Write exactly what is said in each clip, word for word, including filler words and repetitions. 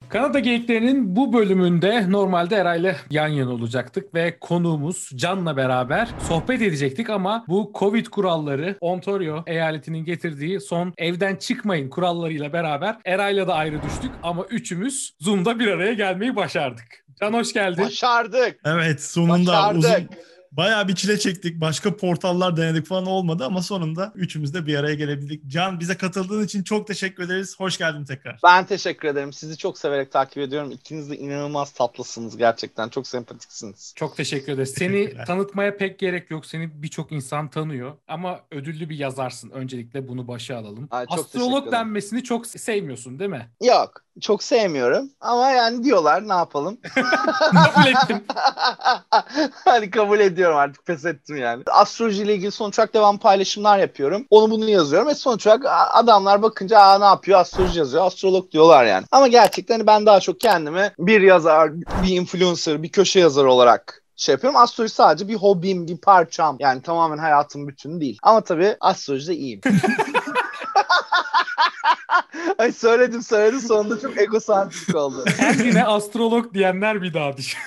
Kanada Geyiklerinin bu bölümünde normalde Eray'la yan yana olacaktık ve konuğumuz Can'la beraber sohbet edecektik ama bu Covid kuralları Ontario eyaletinin getirdiği son evden çıkmayın kurallarıyla beraber Eray'la da ayrı düştük ama üçümüz Zoom'da bir araya gelmeyi başardık. Can hoş geldin. Başardık. Evet, sonunda Başardık. uzun bayağı bir çile çektik. Başka portallar denedik falan olmadı ama sonunda üçümüz de bir araya gelebildik. Can, bize katıldığın için çok teşekkür ederiz. Hoş geldin tekrar. Ben teşekkür ederim. Sizi çok severek takip ediyorum. İkiniz de inanılmaz tatlısınız gerçekten. Çok sempatiksiniz. Çok teşekkür ederiz. Seni tanıtmaya pek gerek yok. Seni birçok insan tanıyor ama ödüllü bir yazarsın. Öncelikle bunu başa alalım. Ay, çok Astrolog denmesini çok sevmiyorsun değil mi? Yok. Çok sevmiyorum. Ama yani diyorlar, ne yapalım? Kabul ettim. Hadi kabul ediyorum, artık pes ettim yani. Astroloji ile ilgili sonuç olarak devam paylaşımlar yapıyorum. Onu bunu yazıyorum ve sonuç olarak adamlar bakınca aa ne yapıyor? Astroloji yazıyor. Astrolog diyorlar yani. Ama gerçekten hani ben daha çok kendimi bir yazar, bir influencer, bir köşe yazarı olarak şey yapıyorum. Astroloji sadece bir hobim, bir parçam. Yani tamamen hayatım bütünü değil. Ama tabii astrolojide iyiyim. Ay söyledim söyledim sonunda çok egosantrik oldu. Kendine astrolog diyenler bir daha düşün.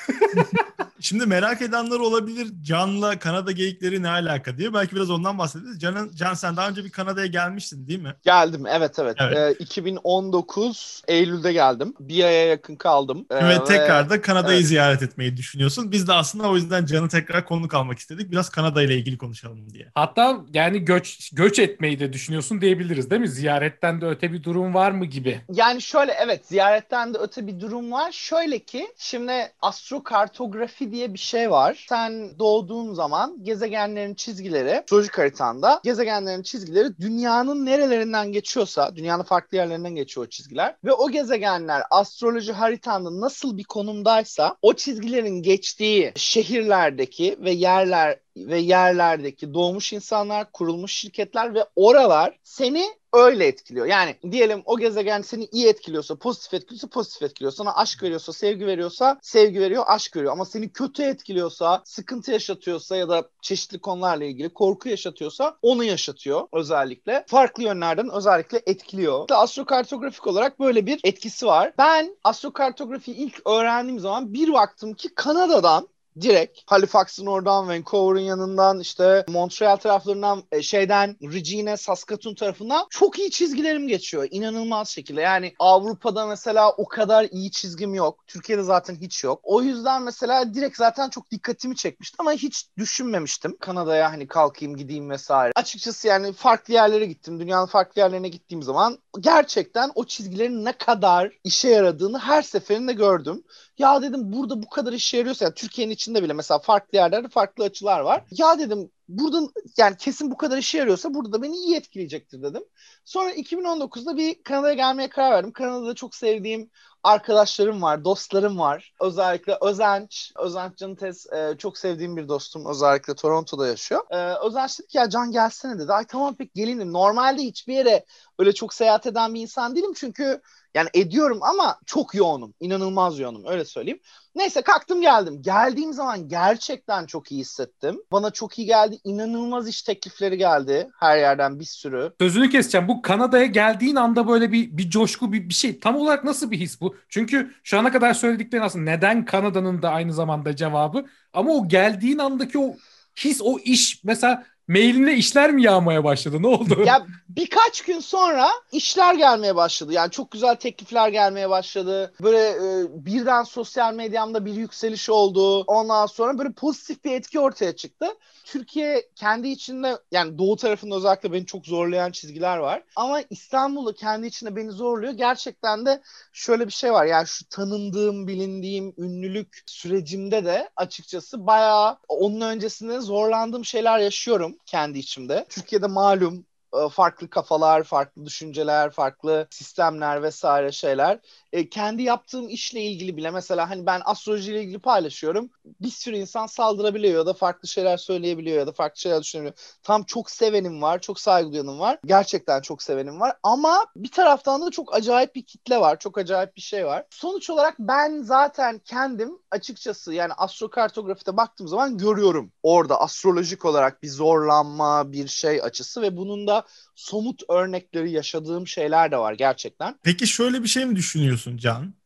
Şimdi merak edenler olabilir. Can'la Kanada Geyikleri ne alaka diye. Belki biraz ondan bahsederiz. Can, Can sen daha önce bir Kanada'ya gelmiştin değil mi? Geldim, evet evet. Evet. Ee, iki bin on dokuz Eylül'de geldim. Bir aya yakın kaldım. Ee, Ve tekrar da Kanada'yı evet. ziyaret etmeyi düşünüyorsun. Biz de aslında o yüzden Can'ı tekrar konuk almak istedik. Biraz Kanada ile ilgili konuşalım diye. Hatta yani göç göç etmeyi de düşünüyorsun diyebiliriz değil mi? Ziyaretten de öte bir durum var mı gibi. Yani şöyle, evet, ziyaretten de öte bir durum var. Şöyle ki şimdi astrokartografi diye bir şey var. Sen doğduğun zaman gezegenlerin çizgileri, astrolojik haritanda gezegenlerin çizgileri dünyanın nerelerinden geçiyorsa, dünyanın farklı yerlerinden geçiyor o çizgiler ve o gezegenler astroloji haritanda nasıl bir konumdaysa o çizgilerin geçtiği şehirlerdeki ve yerler ve yerlerdeki doğmuş insanlar, kurulmuş şirketler ve oralar seni öyle etkiliyor. Yani diyelim o gezegen seni iyi etkiliyorsa, pozitif etkiliyorsa pozitif etkiliyor. Sana aşk veriyorsa, sevgi veriyorsa sevgi veriyor, aşk veriyor. Ama seni kötü etkiliyorsa, sıkıntı yaşatıyorsa ya da çeşitli konularla ilgili korku yaşatıyorsa onu yaşatıyor özellikle. Farklı yönlerden özellikle etkiliyor. İşte astrokartografik olarak böyle bir etkisi var. Ben astrokartografiyi ilk öğrendiğim zaman bir baktım ki Kanada'dan direkt Halifax'ın oradan, Vancouver'ın yanından, işte Montreal taraflarından, şeyden Regina, Saskatoon tarafından çok iyi çizgilerim geçiyor. İnanılmaz şekilde. Yani Avrupa'da mesela o kadar iyi çizgim yok. Türkiye'de zaten hiç yok. O yüzden mesela direkt zaten çok dikkatimi çekmişti ama hiç düşünmemiştim Kanada'ya hani kalkayım gideyim vesaire. Açıkçası yani farklı yerlere gittim. Dünyanın farklı yerlerine gittiğim zaman gerçekten o çizgilerin ne kadar işe yaradığını her seferinde gördüm. Ya dedim burada bu kadar işe yarıyorsa, yani Türkiye'nin içinde bile mesela farklı yerlerde farklı açılar var. Ya dedim burada yani kesin bu kadar işe yarıyorsa burada da beni iyi etkileyecektir dedim. Sonra iki bin on dokuzda bir Kanada'ya gelmeye karar verdim. Kanada'da çok sevdiğim arkadaşlarım var, dostlarım var. Özellikle Özenç, Özenç Canıtez e, çok sevdiğim bir dostum. Özellikle Toronto'da yaşıyor. E, Özenç dedi ki ya Can gelsene dedi. Ay tamam pek geleyim dedim. Normalde hiçbir yere öyle çok seyahat eden bir insan değilim çünkü yani ediyorum ama çok yoğunum. İnanılmaz yoğunum, öyle söyleyeyim. Neyse kalktım geldim. Geldiğim zaman gerçekten çok iyi hissettim. Bana çok iyi geldi. İnanılmaz iş teklifleri geldi. Her yerden bir sürü. Sözünü keseceğim. Bu Kanada'ya geldiğin anda böyle bir bir coşku, bir, bir şey. Tam olarak nasıl bir his bu? Çünkü şu ana kadar söylediklerin aslında neden Kanada'nın da aynı zamanda cevabı. Ama o geldiğin andaki o his, o iş mesela mailine işler mi yağmaya başladı? Ne oldu? Ya birkaç gün sonra işler gelmeye başladı. Yani çok güzel teklifler gelmeye başladı. Böyle e, birden sosyal medyamda bir yükseliş oldu. Ondan sonra böyle pozitif bir etki ortaya çıktı. Türkiye kendi içinde, yani doğu tarafında özellikle beni çok zorlayan çizgiler var. Ama İstanbul'da kendi içinde beni zorluyor. Gerçekten de şöyle bir şey var. Yani şu tanındığım, bilindiğim ünlülük sürecimde de açıkçası bayağı onun öncesinde zorlandığım şeyler yaşıyorum kendi içimde. Türkiye'de malum farklı kafalar, farklı düşünceler, farklı sistemler vesaire şeyler. E, kendi yaptığım işle ilgili bile mesela hani ben astrolojiyle ilgili paylaşıyorum. Bir sürü insan saldırabiliyor ya da farklı şeyler söyleyebiliyor ya da farklı şeyler düşünebiliyor. Tam çok sevenim var, çok saygı duyanım var. Gerçekten çok sevenim var ama bir taraftan da çok acayip bir kitle var. Çok acayip bir şey var. Sonuç olarak ben zaten kendim açıkçası yani astrokartografide baktığım zaman görüyorum. Orada astrolojik olarak bir zorlanma, bir şey açısı ve bunun da somut örnekleri yaşadığım şeyler de var gerçekten. Peki şöyle bir şey mi düşünüyorsun Can?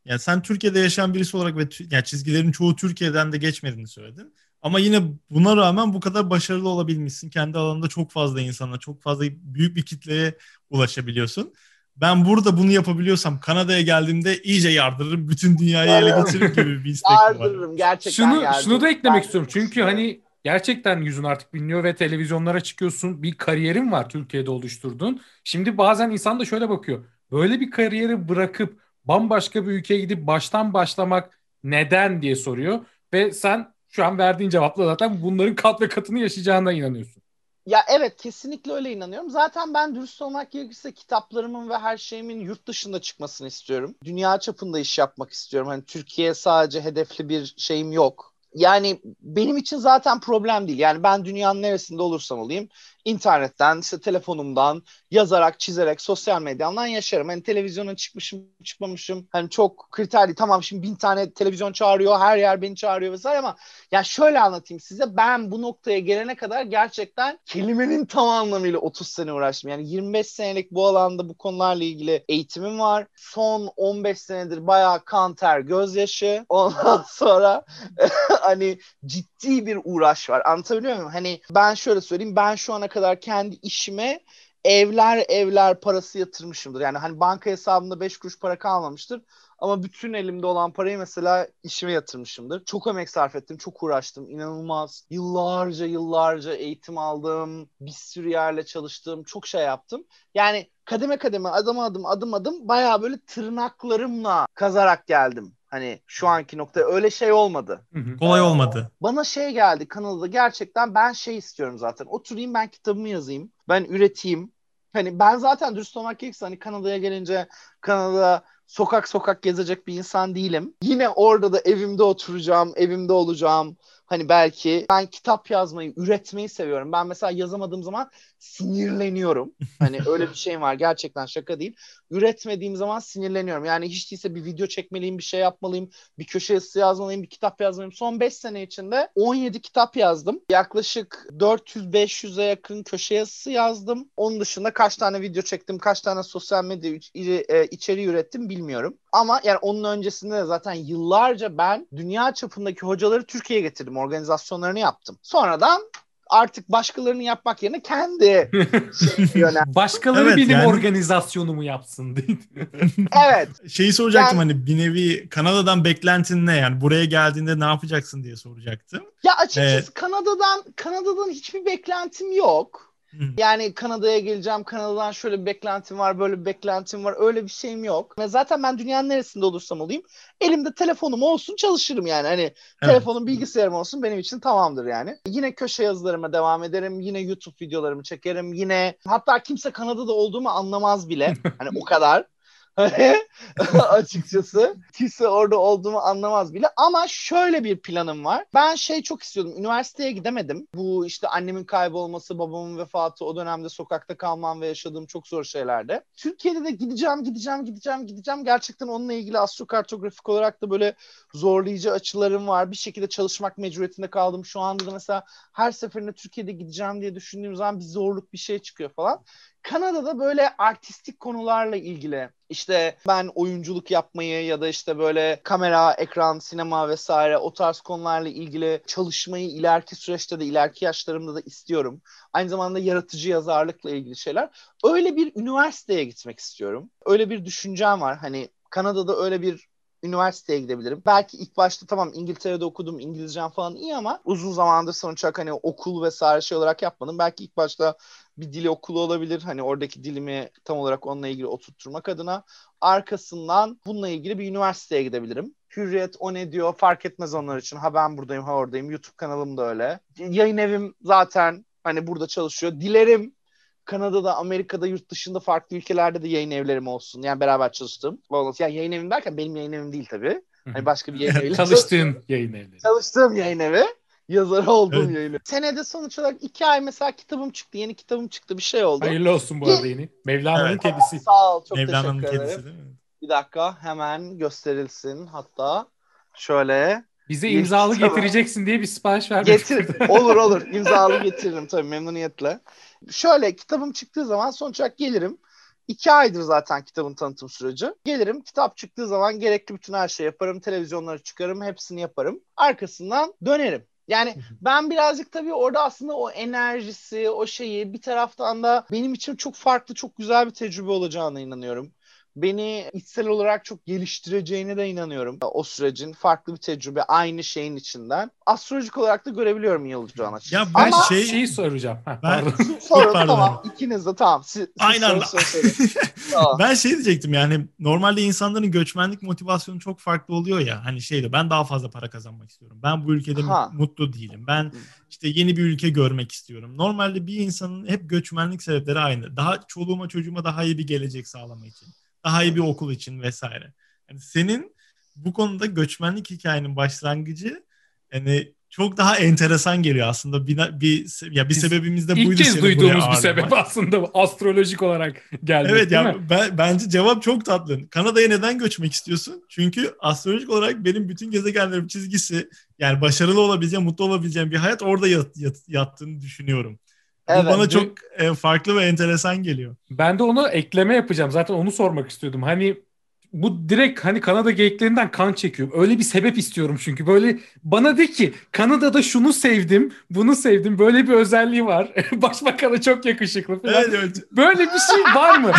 Yani sen Türkiye'de yaşayan birisi olarak ve tü- yani çizgilerin çoğu Türkiye'den de geçmediğini söyledin. Ama yine buna rağmen bu kadar başarılı olabilmişsin. Kendi alanında çok fazla insana, çok fazla büyük bir kitleye ulaşabiliyorsun. Ben burada bunu yapabiliyorsam Kanada'ya geldiğimde iyice yardırırım. Bütün dünyayı ele geçiririm gibi bir istek var. Yardırırım, gerçekten Şunu yardırırım. şunu da eklemek Ben istiyorum. Çünkü hani gerçekten yüzün artık biliniyor ve televizyonlara çıkıyorsun. Bir kariyerin var Türkiye'de oluşturduğun. Şimdi bazen insan da şöyle bakıyor. Böyle bir kariyeri bırakıp bambaşka bir ülkeye gidip baştan başlamak neden diye soruyor. Ve sen şu an verdiğin cevapla zaten bunların kat ve katını yaşayacağına inanıyorsun. Ya evet, kesinlikle öyle inanıyorum. Zaten ben dürüst olmak gerekirse kitaplarımın ve her şeyimin yurt dışında çıkmasını istiyorum. Dünya çapında iş yapmak istiyorum. Hani Türkiye sadece hedefli bir şeyim yok. Yani benim için zaten problem değil. Yani ben dünyanın neresinde olursam olayım internetten, işte telefonumdan yazarak, çizerek, sosyal medyadan yaşarım. Hani televizyona çıkmışım, çıkmamışım. Hani çok kriter değil. Tamam, şimdi bin tane televizyon çağırıyor, her yer beni çağırıyor vesaire ama ya şöyle anlatayım size. Ben bu noktaya gelene kadar gerçekten kelimenin tam anlamıyla otuz sene uğraştım. Yani yirmi beş senelik bu alanda bu konularla ilgili eğitimim var. Son on beş senedir bayağı kan, ter, gözyaşı. Ondan sonra hani ciddi bir uğraş var. Anlatabiliyor muyum? Hani ben şöyle söyleyeyim. Ben şu ana kadar kendi işime evler evler parası yatırmışımdır. Yani hani banka hesabımda beş kuruş para kalmamıştır. Ama bütün elimde olan parayı mesela işime yatırmışımdır. Çok emek sarf ettim, çok uğraştım. İnanılmaz. Yıllarca yıllarca eğitim aldım. Bir sürü yerle çalıştım. Çok şey yaptım. Yani kademe kademe, adım adım, adım adım bayağı böyle tırnaklarımla kazarak geldim. Hani şu anki noktaya öyle şey olmadı. Hı hı. Kolay olmadı. Bana şey geldi Kanada'da, gerçekten ben şey istiyorum zaten. Oturayım, ben kitabımı yazayım. Ben üreteyim. Hani ben zaten dürüst olmak gerekirse hani Kanada'ya gelince Kanada sokak sokak gezecek bir insan değilim. Yine orada da evimde oturacağım, evimde olacağım. Hani belki ben kitap yazmayı, üretmeyi seviyorum. Ben mesela yazamadığım zaman sinirleniyorum. Hani öyle bir şeyim var, gerçekten şaka değil. Üretmediğim zaman sinirleniyorum. Yani hiç değilse bir video çekmeliyim, bir şey yapmalıyım, bir köşe yazısı yazmalıyım, bir kitap yazmalıyım. Son beş sene içinde on yedi kitap yazdım. Yaklaşık dört yüz beş yüze yakın köşe yazısı yazdım. Onun dışında kaç tane video çektim, kaç tane sosyal medya iç- e, içeriği ürettim bilmiyorum. Ama yani onun öncesinde de zaten yıllarca ben dünya çapındaki hocaları Türkiye'ye getirdim. Organizasyonlarını yaptım. Sonradan artık başkalarını yapmak yerine kendi şeyimi yönel. Başkaları Evet, benim yani- organizasyonumu yapsın diye. Evet. Şeyi soracaktım, Yani- hani bir nevi Kanada'dan beklentin ne? Yani buraya geldiğinde ne yapacaksın diye soracaktım. Ya açıkçası Evet. Kanada'dan Kanada'dan hiçbir beklentim yok. Hı. Yani Kanada'ya geleceğim, Kanada'dan şöyle bir beklentim var, böyle bir beklentim var. Öyle bir şeyim yok. Ve zaten ben dünyanın neresinde olursam olayım, elimde telefonum olsun, çalışırım yani. Hani Evet. telefonum, bilgisayarım olsun, benim için tamamdır yani. Yine köşe yazılarıma devam ederim. Yine YouTube videolarımı çekerim. Yine hatta kimse Kanada'da olduğumu anlamaz bile. Hani o kadar. Açıkçası kimse orada olduğumu anlamaz bile. Ama şöyle bir planım var. Ben şey çok istiyordum. Üniversiteye gidemedim. Bu işte annemin kaybolması, babamın vefatı, o dönemde sokakta kalmam ve yaşadığım çok zor şeylerde. Türkiye'de de gideceğim, gideceğim, gideceğim, gideceğim. Gerçekten onunla ilgili astrokartografik olarak da böyle zorlayıcı açılarım var. Bir şekilde çalışmak mecburiyetinde kaldım. Şu anda da mesela her seferinde Türkiye'de gideceğim diye düşündüğüm zaman bir zorluk, bir şey çıkıyor falan. Kanada'da böyle artistik konularla ilgili, işte ben oyunculuk yapmayı ya da işte böyle kamera, ekran, sinema vesaire o tarz konularla ilgili çalışmayı ileriki süreçte de, ileriki yaşlarımda da istiyorum. Aynı zamanda yaratıcı yazarlıkla ilgili şeyler. Öyle bir üniversiteye gitmek istiyorum. Öyle bir düşüncem var. Hani Kanada'da öyle bir üniversiteye gidebilirim. Belki ilk başta tamam İngiltere'de okudum, İngilizcem falan iyi ama uzun zamandır sonuç olarak hani okul vesaire şey olarak yapmadım. Belki ilk başta bir dil okulu olabilir. Hani oradaki dilimi tam olarak onunla ilgili oturtturmak adına. Arkasından bununla ilgili bir üniversiteye gidebilirim. Hürriyet o ne diyor fark etmez onlar için. Ha ben buradayım, ha oradayım. YouTube kanalım da öyle. Yayın evim zaten hani burada çalışıyor. Dilerim Kanada'da, Amerika'da, yurt dışında farklı ülkelerde de yayın evlerim olsun. Yani beraber çalıştığım. Yani yayın evim derken benim yayın evim değil tabii. Hani başka bir yayın eviyle Çalıştığın yayın evleri. Çalıştığım yayın evi. Yazarı olduğum Evet. yayın evi. Senede sonuç olarak iki ay mesela kitabım çıktı. Yeni kitabım çıktı. Bir şey oldu. Hayırlı olsun bu arada yeni. Mevlana'nın Evet. kedisi. Sağ ol. Çok Mevlana'nın teşekkür kedisi ederim. değil mi? Bir dakika hemen gösterilsin. Hatta şöyle. Bize Yeni imzalı kitabı- getireceksin diye bir sipariş vermedik Getir. burada. Olur olur. İmzalı getiririm tabii memnuniyetle. Şöyle kitabım çıktığı zaman sonuç olarak gelirim. İki aydır zaten kitabın tanıtım süreci. Gelirim, kitap çıktığı zaman gerekli bütün her şeyi yaparım. Televizyonları çıkarım, hepsini yaparım. Arkasından dönerim. Yani ben birazcık tabii orada aslında o enerjisi, o şeyi bir taraftan da benim için çok farklı, çok güzel bir tecrübe olacağına inanıyorum. Beni içsel olarak çok geliştireceğine de inanıyorum. O sürecin farklı bir tecrübe aynı şeyin içinden. Astrolojik olarak da görebiliyorum iyi olacağını açıkçası. Ya ben Ama şey şeyi soracağım. Heh, ben pardon. Sorun pardon tamam. abi. İkiniz de tamam. Siz, siz Aynı sorun anda. sonra söyleyin. Tamam. Ben şey diyecektim, yani normalde insanların göçmenlik motivasyonu çok farklı oluyor ya. Hani şeyde, ben daha fazla para kazanmak istiyorum. Ben bu ülkede mut- Ha. mutlu değilim. Ben işte yeni bir ülke görmek istiyorum. Normalde bir insanın hep göçmenlik sebepleri aynı. Daha çoluğuma çocuğuma daha iyi bir gelecek sağlamak için. Daha iyi bir okul için vesaire. Yani senin bu konuda göçmenlik hikayenin başlangıcı yani çok daha enteresan geliyor aslında. Bir, bir ya bir Biz sebebimiz de İlk buydu kez seni buraya duyduğumuz bir sebep ağırlamak. aslında bu, astrolojik olarak gelmek, Evet değil ya, mi? ben, bence cevap çok tatlı. Kanada'ya neden göçmek istiyorsun? Çünkü astrolojik olarak benim bütün gezegenlerim çizgisi, yani başarılı olabileceğim, mutlu olabileceğim bir hayat orada yat, yat- yattığını düşünüyorum. Bu Evet. bana çok Dü- e, farklı ve enteresan geliyor. Ben de onu ekleme yapacağım. Zaten onu sormak istiyordum. Hani bu direkt hani Kanada geyiklerinden kan çekiyor. Öyle bir sebep istiyorum çünkü. Böyle bana de ki Kanada'da şunu sevdim, bunu sevdim. Böyle bir özelliği var. Başbakanı çok yakışıklı falan. Evet, evet. Böyle bir şey var mı?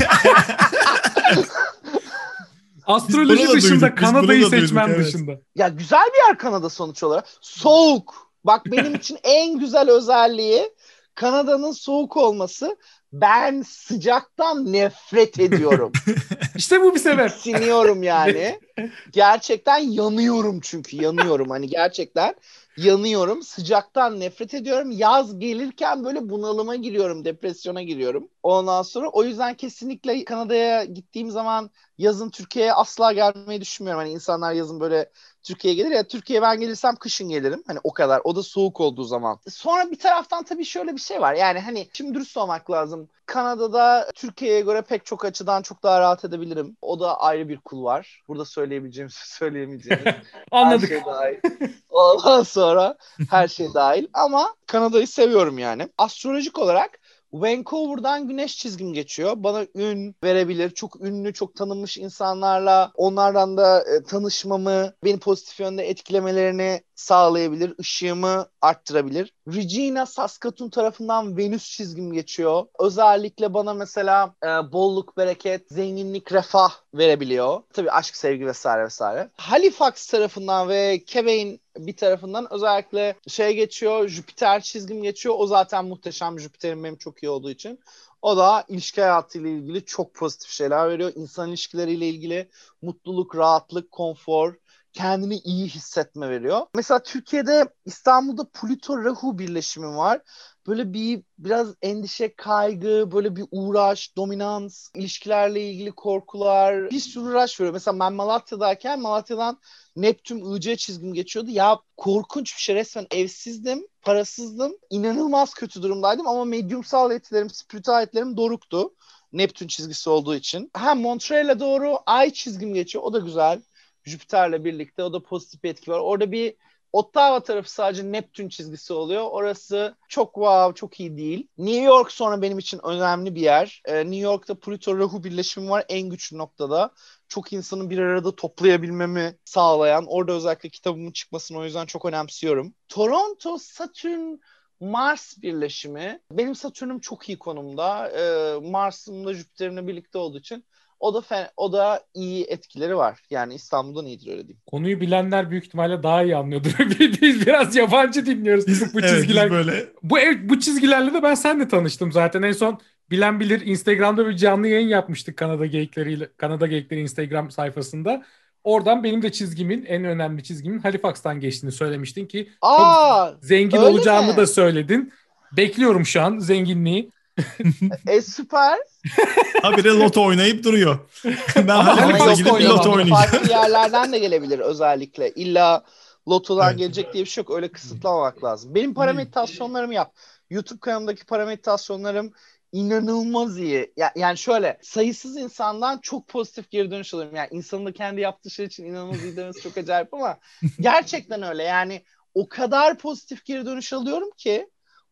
Biz bunu Astroloji da dışında, duyduk. Biz bunu Kanada'yı da duyduk, seçmem evet. dışında. Ya güzel bir yer Kanada sonuç olarak. Soğuk. Bak benim için en güzel özelliği Kanada'nın soğuk olması. Ben sıcaktan nefret ediyorum. İşte bu bir sebep. Tiksiniyorum Net. yani. Gerçekten yanıyorum çünkü yanıyorum hani gerçekten yanıyorum. Sıcaktan nefret ediyorum. Yaz gelirken böyle bunalıma giriyorum, depresyona giriyorum. Ondan sonra o yüzden kesinlikle Kanada'ya gittiğim zaman yazın Türkiye'ye asla gelmeyi düşünmüyorum. Hani insanlar yazın böyle Türkiye'ye gelir ya, Türkiye'ye ben gelirsem kışın gelirim. Hani o kadar. O da soğuk olduğu zaman. Sonra bir taraftan tabii şöyle bir şey var. Yani hani şimdi dürüst olmak lazım. Kanada'da Türkiye'ye göre pek çok açıdan çok daha rahat edebilirim. O da ayrı bir kul var. Burada söyleyebileceğim, söyleyemeyeceğimiz her Anladık. şey dahil. Ondan sonra her şey dahil. Ama Kanada'yı seviyorum yani. Astrolojik olarak Vancouver'dan güneş çizgim geçiyor. Bana ün verebilir. Çok ünlü, çok tanınmış insanlarla onlardan da e, tanışmamı, beni pozitif yönde etkilemelerini sağlayabilir. Işığımı arttırabilir. Regina Saskatoon tarafından Venüs çizgim geçiyor. Özellikle bana mesela e, bolluk, bereket, zenginlik, refah verebiliyor. Tabii aşk, sevgi vesaire vesaire. Halifax tarafından ve Quebec bir tarafından özellikle şey geçiyor, Jüpiter çizgim geçiyor. O zaten muhteşem, Jüpiter'im benim çok iyi olduğu için. O da ilişki hayatıyla ilgili çok pozitif şeyler veriyor. İnsan ilişkileriyle ilgili mutluluk, rahatlık, konfor, kendini iyi hissetme veriyor. Mesela Türkiye'de İstanbul'da Plüto-Rahu birleşimi var. Böyle bir biraz endişe, kaygı, böyle bir uğraş, dominans, ilişkilerle ilgili korkular, bir sürü uğraş veriyor. Mesela ben Malatya'dayken Malatya'dan Neptün I C çizgim geçiyordu. Ya korkunç bir şey, resmen evsizdim, parasızdım, inanılmaz kötü durumdaydım ama medyumsal yetilerim, spiritüel yetilerim doruktu. Neptün çizgisi olduğu için. Ha, Montreal'e doğru Ay çizgim geçiyor. O da güzel. Jüpiter'le birlikte o da pozitif bir etki var. Orada bir Ottawa tarafı sadece Neptün çizgisi oluyor. Orası çok wow, çok iyi değil. New York sonra benim için önemli bir yer. Ee, New York'ta Plüto-Rahu birleşimi var en güçlü noktada. Çok insanı bir arada toplayabilmemi sağlayan. Orada özellikle kitabımın çıkmasını o yüzden çok önemsiyorum. Toronto, Satürn, Mars birleşimi. Benim Satürn'üm çok iyi konumda. Ee, Mars'ım da Jüpiter'imle birlikte olduğu için o da fe- o da iyi etkileri var. Yani İstanbul'dan iyidir, öyle diyeyim. Konuyu bilenler büyük ihtimalle daha iyi anlıyordur. Biz biz biraz yabancı dinliyoruz Biz bu evet biz çizgiler. böyle Bu ev, bu çizgilerle de ben seninle tanıştım zaten. En son bilen bilir Instagram'da bir canlı yayın yapmıştık Kanada geyikleriyle. Kanada Geyikleri Instagram sayfasında. Oradan benim de çizgimin, en önemli çizgimin Halifax'tan geçtiğini söylemiştin ki çok Aa, zengin öyle olacağımı da mi? söyledin. Bekliyorum şu an zenginliği. E süper. habire loto oynayıp duruyor. Ben Ama Ama Halifax'a yok Halifax'ta gidip bir yok, loto oynamam. farklı oynayacağım. yerlerden de gelebilir özellikle. İlla lotodan Evet. gelecek diye bir şey yok. Öyle kısıtlamamak lazım. Benim parameditasyonlarımı yap. YouTube kanalımdaki parameditasyonlarım inanılmaz iyi. Ya, yani şöyle, sayısız insandan çok pozitif geri dönüş alıyorum. Yani insanın da kendi yaptığı şey için inanılmaz iyi demesi çok acayip ama gerçekten öyle. Yani o kadar pozitif geri dönüş alıyorum ki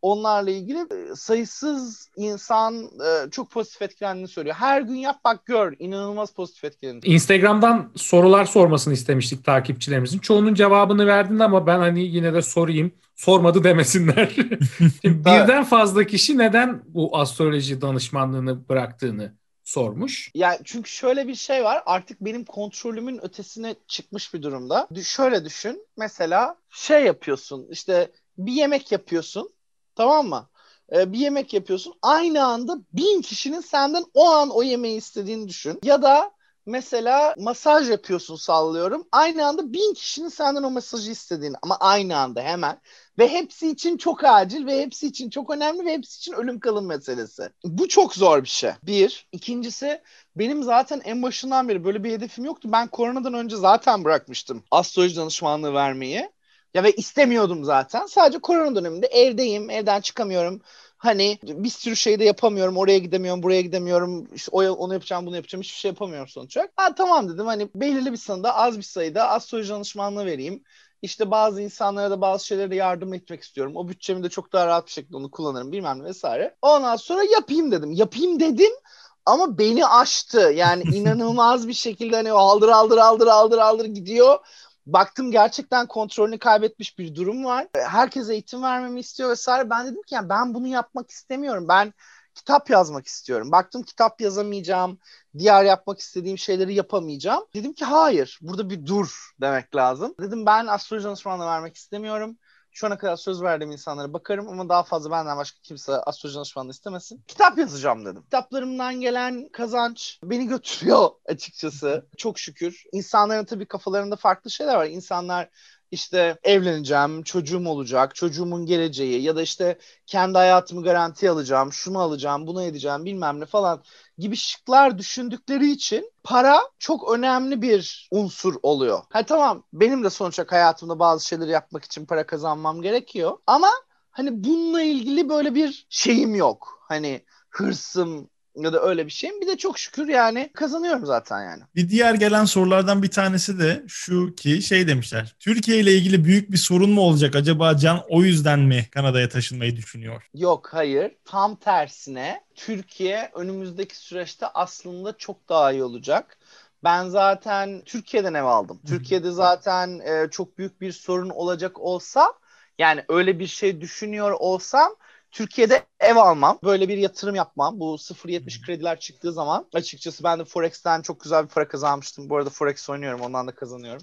onlarla ilgili e, sayısız insan e, çok pozitif etkilendiğini söylüyor. Her gün yap bak gör, inanılmaz pozitif etkilendiğini. Instagram'dan sorular sormasını istemiştik takipçilerimizin. Çoğunun cevabını verdin ama ben hani yine de sorayım. Sormadı demesinler. Şimdi birden fazla kişi neden bu astroloji danışmanlığını bıraktığını sormuş. Yani çünkü şöyle bir şey var. Artık benim kontrolümün ötesine çıkmış bir durumda. Şöyle düşün. Mesela şey yapıyorsun. İşte bir yemek yapıyorsun. Tamam mı? Ee, bir yemek yapıyorsun. Aynı anda bin kişinin senden o an o yemeği istediğini düşün. Ya da mesela masaj yapıyorsun sallıyorum. Aynı anda bin kişinin senden o masajı istediğini. Ama aynı anda hemen. Ve hepsi için çok acil ve hepsi için çok önemli ve hepsi için ölüm kalım meselesi. Bu çok zor bir şey. Bir. İkincisi benim zaten en başından beri böyle bir hedefim yoktu. Ben koronadan önce zaten bırakmıştım astroloji danışmanlığı vermeyi. Ya ve istemiyordum zaten. Sadece korona döneminde evdeyim, evden çıkamıyorum. Hani bir sürü şey de yapamıyorum. Oraya gidemiyorum, buraya gidemiyorum. İşte onu yapacağım, bunu yapacağım. Hiçbir şey yapamıyorum sonuç olarak. Ha tamam dedim hani belirli bir sayıda, az bir sayıda astroloji danışmanlığı vereyim. İşte bazı insanlara da bazı şeylere de yardım etmek istiyorum. O bütçemi de çok daha rahat bir şekilde onu kullanırım bilmem ne vesaire. Ondan sonra yapayım dedim. Yapayım dedim ama beni aştı. Yani inanılmaz bir şekilde hani aldır aldır aldır aldır aldır gidiyor. Baktım gerçekten kontrolünü kaybetmiş bir durum var. Herkese eğitim vermemi istiyor vesaire. Ben dedim ki yani ben bunu yapmak istemiyorum. Ben kitap yazmak istiyorum. Baktım kitap yazamayacağım. Diğer yapmak istediğim şeyleri yapamayacağım. Dedim ki hayır, burada bir dur demek lazım. Dedim ben astroloji danışmanlığı vermek istemiyorum. Şu ana kadar söz verdiğim insanlara bakarım ama daha fazla benden başka kimse astroloji danışmanlığı istemesin. Kitap yazacağım dedim. Kitaplarımdan gelen kazanç beni götürüyor açıkçası. Çok şükür. İnsanların tabii kafalarında farklı şeyler var. İnsanlar işte evleneceğim, çocuğum olacak, çocuğumun geleceği ya da işte kendi hayatımı garantiye alacağım, şunu alacağım, bunu edeceğim bilmem ne falan gibi şıklar düşündükleri için para çok önemli bir unsur oluyor. Ha tamam benim de sonuç olarak hayatımda bazı şeyleri yapmak için para kazanmam gerekiyor ama hani bununla ilgili böyle bir şeyim yok. Hani hırsım ya da öyle bir şeyim. Bir de çok şükür yani kazanıyorum zaten yani. Bir diğer gelen sorulardan bir tanesi de şu ki şey demişler. Türkiye ile ilgili büyük bir sorun mu olacak acaba Can o yüzden mi Kanada'ya taşınmayı düşünüyor? Yok hayır. Tam tersine Türkiye önümüzdeki süreçte aslında çok daha iyi olacak. Ben zaten Türkiye'den ev aldım. Türkiye'de zaten e, çok büyük bir sorun olacak olsa yani öyle bir şey düşünüyor olsam Türkiye'de ev almam. Böyle bir yatırım yapmam. Bu sıfır yetmiş krediler çıktığı zaman açıkçası ben de Forex'ten çok güzel bir para kazanmıştım. Bu arada Forex oynuyorum. Ondan da kazanıyorum.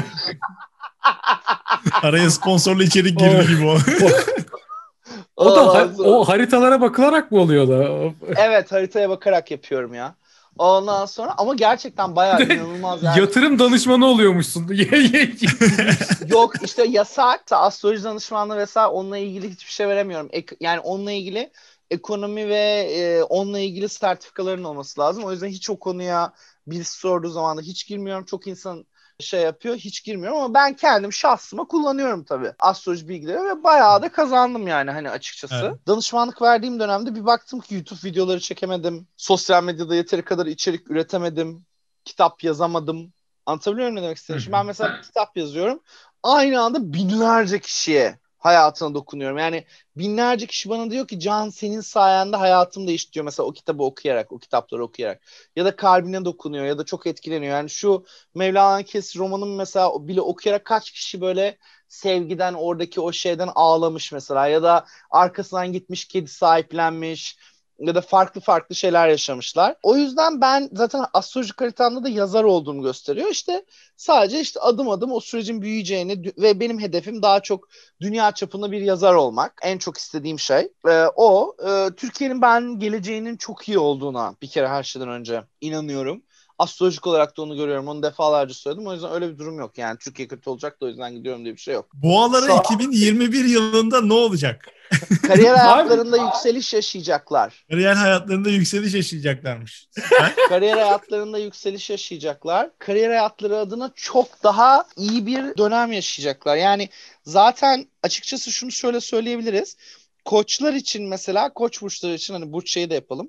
Araya sponsorlu içerik girdi gibi o. O da ha- o haritalara bakılarak mı oluyor da? Evet haritaya bakarak yapıyorum ya. Ondan sonra ama gerçekten bayağı inanılmaz yani. Yatırım danışmanı oluyormuşsun. Yok işte yasak. Astroloji danışmanlığı vesaire onunla ilgili hiçbir şey veremiyorum. Ek, yani onunla ilgili ekonomi ve e, onunla ilgili sertifikaların olması lazım. O yüzden hiç o konuya birisi sorduğu zaman da hiç girmiyorum. Çok insan şey yapıyor hiç girmiyorum ama ben kendim şahsıma kullanıyorum tabii astroloji bilgileri ve bayağı da kazandım yani hani açıkçası. Evet. Danışmanlık verdiğim dönemde bir baktım ki YouTube videoları çekemedim. Sosyal medyada yeteri kadar içerik üretemedim. Kitap yazamadım. Anlatabiliyor muyum ne demek istediğimi? Şimdi ben mesela bir kitap yazıyorum. Aynı anda binlerce kişiye hayatına dokunuyorum. Yani binlerce kişi bana diyor ki Can senin sayende hayatım değişti diyor. Mesela o kitabı okuyarak, o kitapları okuyarak. Ya da kalbine dokunuyor ya da çok etkileniyor. Yani şu Mevlana Kes romanını mesela bile okuyarak kaç kişi böyle sevgiden, oradaki o şeyden ağlamış mesela. Ya da arkasından gitmiş kedi sahiplenmiş. Ya da farklı farklı şeyler yaşamışlar. O yüzden ben zaten astrolojik haritamda da yazar olduğumu gösteriyor. İşte sadece işte adım adım o sürecin büyüyeceğini ve benim hedefim daha çok dünya çapında bir yazar olmak. En çok istediğim şey. Ee, o. E, Türkiye'nin ben geleceğinin çok iyi olduğuna bir kere her şeyden önce inanıyorum. Astrolojik olarak da onu görüyorum. Onu defalarca söyledim. O yüzden öyle bir durum yok. Yani Türkiye kötü olacak da o yüzden gidiyorum diye bir şey yok. Boğalara Sa- iki bin yirmi bir yılında ne olacak? Kariyer hayatlarında yükseliş yaşayacaklar. Kariyer hayatlarında yükseliş yaşayacaklarmış. Kariyer hayatlarında yükseliş yaşayacaklar. Kariyer hayatları adına çok daha iyi bir dönem yaşayacaklar. Yani zaten açıkçası şunu şöyle söyleyebiliriz. Koçlar için mesela, koç burçları için hani burç şeyi de yapalım.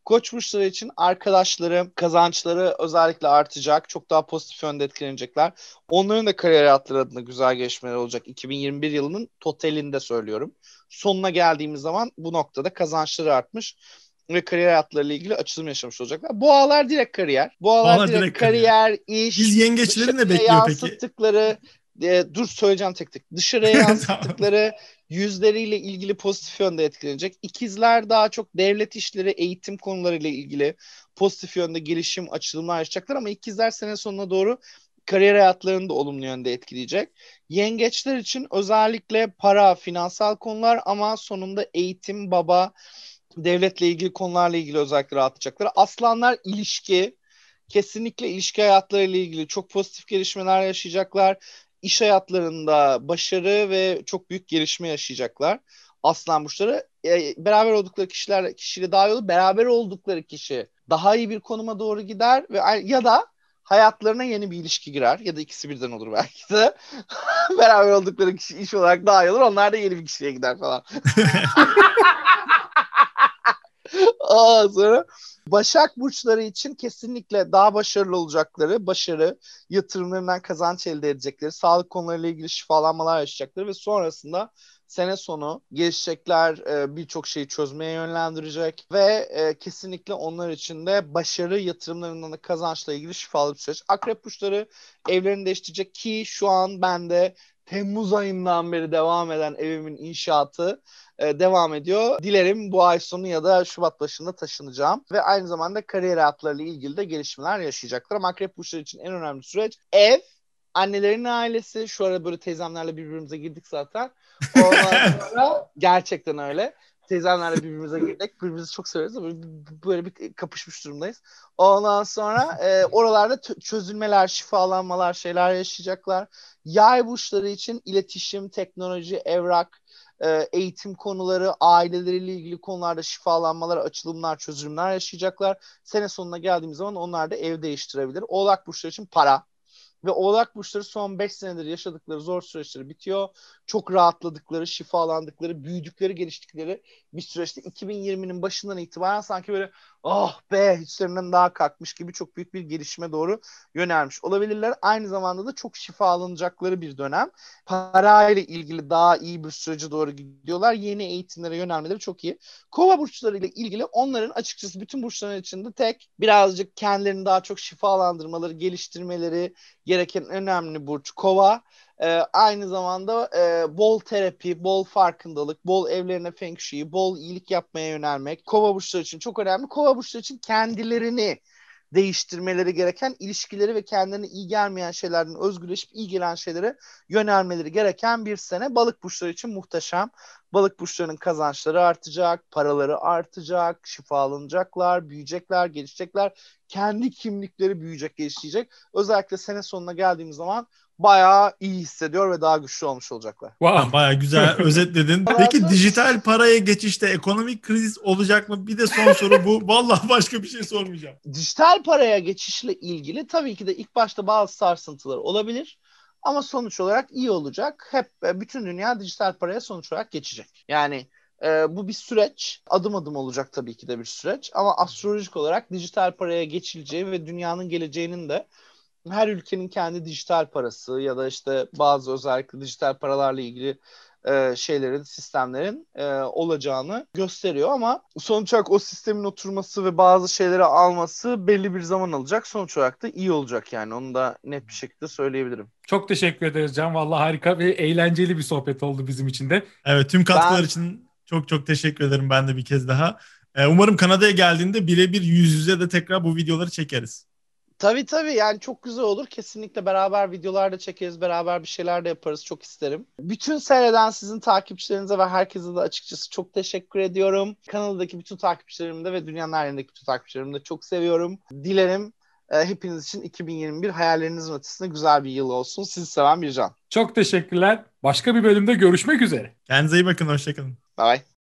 Koç burçları için arkadaşları, kazançları özellikle artacak. Çok daha pozitif yönde etkilenecekler. Onların da kariyer hayatları adına güzel gelişmeler olacak. iki bin yirmi bir yılının totalinde söylüyorum. Sonuna geldiğimiz zaman bu noktada kazançları artmış ve kariyer hayatlarıyla ilgili açılım yaşamış olacaklar. Boğalar direkt kariyer. Boğalar, Boğalar direkt, direkt kariyer, kariyer. iş, Biz yengeçleri ne dışarıya bekliyor peki? yansıttıkları, e, dur söyleyeceğim tek tek. Dışarıya yansıttıkları yüzleriyle ilgili pozitif yönde etkilenecek. İkizler daha çok devlet işleri, eğitim konularıyla ilgili pozitif yönde gelişim, açılımlar yaşayacaklar ama ikizler sene sonuna doğru kariyer hayatlarını da olumlu yönde etkileyecek. Yengeçler için özellikle para, finansal konular ama sonunda eğitim, baba, devletle ilgili konularla ilgili özellikle rahatlayacaklar. Aslanlar ilişki, kesinlikle ilişki hayatlarıyla ilgili çok pozitif gelişmeler yaşayacaklar. İş hayatlarında başarı ve çok büyük gelişme yaşayacaklar. Aslan burçları e, beraber oldukları kişiler kişiyle daha iyi olur. Beraber oldukları kişi daha iyi bir konuma doğru gider ve ya da hayatlarına yeni bir ilişki girer ya da ikisi birden olur belki de. Beraber oldukları kişi iş olarak daha iyi olur. Onlar da yeni bir kişiye gider falan. Aa, sonra Başak burçları için kesinlikle daha başarılı olacakları, başarı, yatırımlarından kazanç elde edecekleri, sağlık konularıyla ilgili şifalanmalar yaşayacakları ve sonrasında sene sonu gelişecekler, e, birçok şeyi çözmeye yönlendirecek ve e, kesinlikle onlar için de başarı, yatırımlarından da kazançla ilgili şifalı bir süreç. Akrep burçları evlerini değiştirecek ki şu an bende Temmuz ayından beri devam eden evimin inşaatı e, devam ediyor. Dilerim bu ay sonu ya da Şubat başında taşınacağım ve aynı zamanda kariyer hayatlarıyla ilgili de gelişmeler yaşayacaklar. Ama Akrep burçları için en önemli süreç ev, annelerin ailesi. Şu ara böyle teyzemlerle birbirimize girdik zaten. Ondan sonra gerçekten öyle. Teyzemlerle birbirimize girdik. Birbirimizi çok severiz ama böyle bir kapışmış durumdayız. Ondan sonra e, oralarda t- çözülmeler, şifalanmalar, şeyler yaşayacaklar. Yay burçları için iletişim, teknoloji, evrak, e, eğitim konuları, aileleriyle ilgili konularda şifalanmalar, açılımlar, çözümler yaşayacaklar. Sene sonuna geldiğimiz zaman onlar da ev değiştirebilir. Oğlak burçları için para. Ve Oğlak burçları son beş senedir yaşadıkları zor süreçleri bitiyor. Çok rahatladıkları, şifalandıkları, büyüdükleri, geliştikleri bir süreçte iki bin yirminin başından itibaren sanki böyle oh be hiçlerinden daha kalkmış gibi çok büyük bir gelişime doğru yönelmiş olabilirler. Aynı zamanda da çok şifalanacakları bir dönem. Parayla ilgili daha iyi bir sürece doğru gidiyorlar. Yeni eğitimlere yönelmeleri çok iyi. Kova burçları ile ilgili onların açıkçası bütün burçların içinde tek birazcık kendilerini daha çok şifalandırmaları, geliştirmeleri gereken önemli burç Kova. Ee, aynı zamanda e, bol terapi, bol farkındalık, bol evlerine feng shui, bol iyilik yapmaya yönelmek Kova burçları için çok önemli. Kova burçları için kendilerini değiştirmeleri gereken, ilişkileri ve kendilerine iyi gelmeyen şeylerden özgürleşip iyi gelen şeylere yönelmeleri gereken bir sene. Balık burçları için muhteşem. Balık burçlarının kazançları artacak, paraları artacak, şifalanacaklar, büyüyecekler, gelişecekler. Kendi kimlikleri büyüyecek, gelişecek. Özellikle sene sonuna geldiğimiz zaman bayağı iyi hissediyor ve daha güçlü olmuş olacaklar. Wow. Bayağı güzel özetledin. Peki dijital paraya geçişte ekonomik kriz olacak mı? Bir de son soru bu. Vallahi başka bir şey sormayacağım. Dijital paraya geçişle ilgili tabii ki de ilk başta bazı sarsıntılar olabilir. Ama sonuç olarak iyi olacak. Hep bütün dünya dijital paraya sonuç olarak geçecek. Yani e, bu bir süreç. Adım adım olacak tabii ki de bir süreç. Ama astrolojik olarak dijital paraya geçileceği ve dünyanın geleceğinin de her ülkenin kendi dijital parası ya da işte bazı özellikle dijital paralarla ilgili e, şeylerin, sistemlerin e, olacağını gösteriyor ama sonuç olarak o sistemin oturması ve bazı şeyleri alması belli bir zaman alacak. Sonuç olarak da iyi olacak yani. Onu da net bir şekilde söyleyebilirim. Çok teşekkür ederiz Can. Vallahi harika ve eğlenceli bir sohbet oldu bizim için de. Evet, tüm katkılar Ben... için çok çok teşekkür ederim ben de bir kez daha. Ee, umarım Kanada'ya geldiğinde birebir yüz yüze de tekrar bu videoları çekeriz. Tabii tabii yani çok güzel olur. Kesinlikle beraber videolar da çekeriz. Beraber bir şeyler de yaparız. Çok isterim. Bütün seyreden sizin takipçilerinize ve herkese de açıkçası çok teşekkür ediyorum. Kanada'daki bütün takipçilerimi de ve dünyanın her yerindeki bütün takipçilerimi de çok seviyorum. Dilerim e, hepiniz için iki bin yirmi bir hayallerinizin ötesinde güzel bir yıl olsun. Sizi seven bir Can. Çok teşekkürler. Başka bir bölümde görüşmek üzere. Kendinize iyi bakın. Hoşçakalın. Bye bye.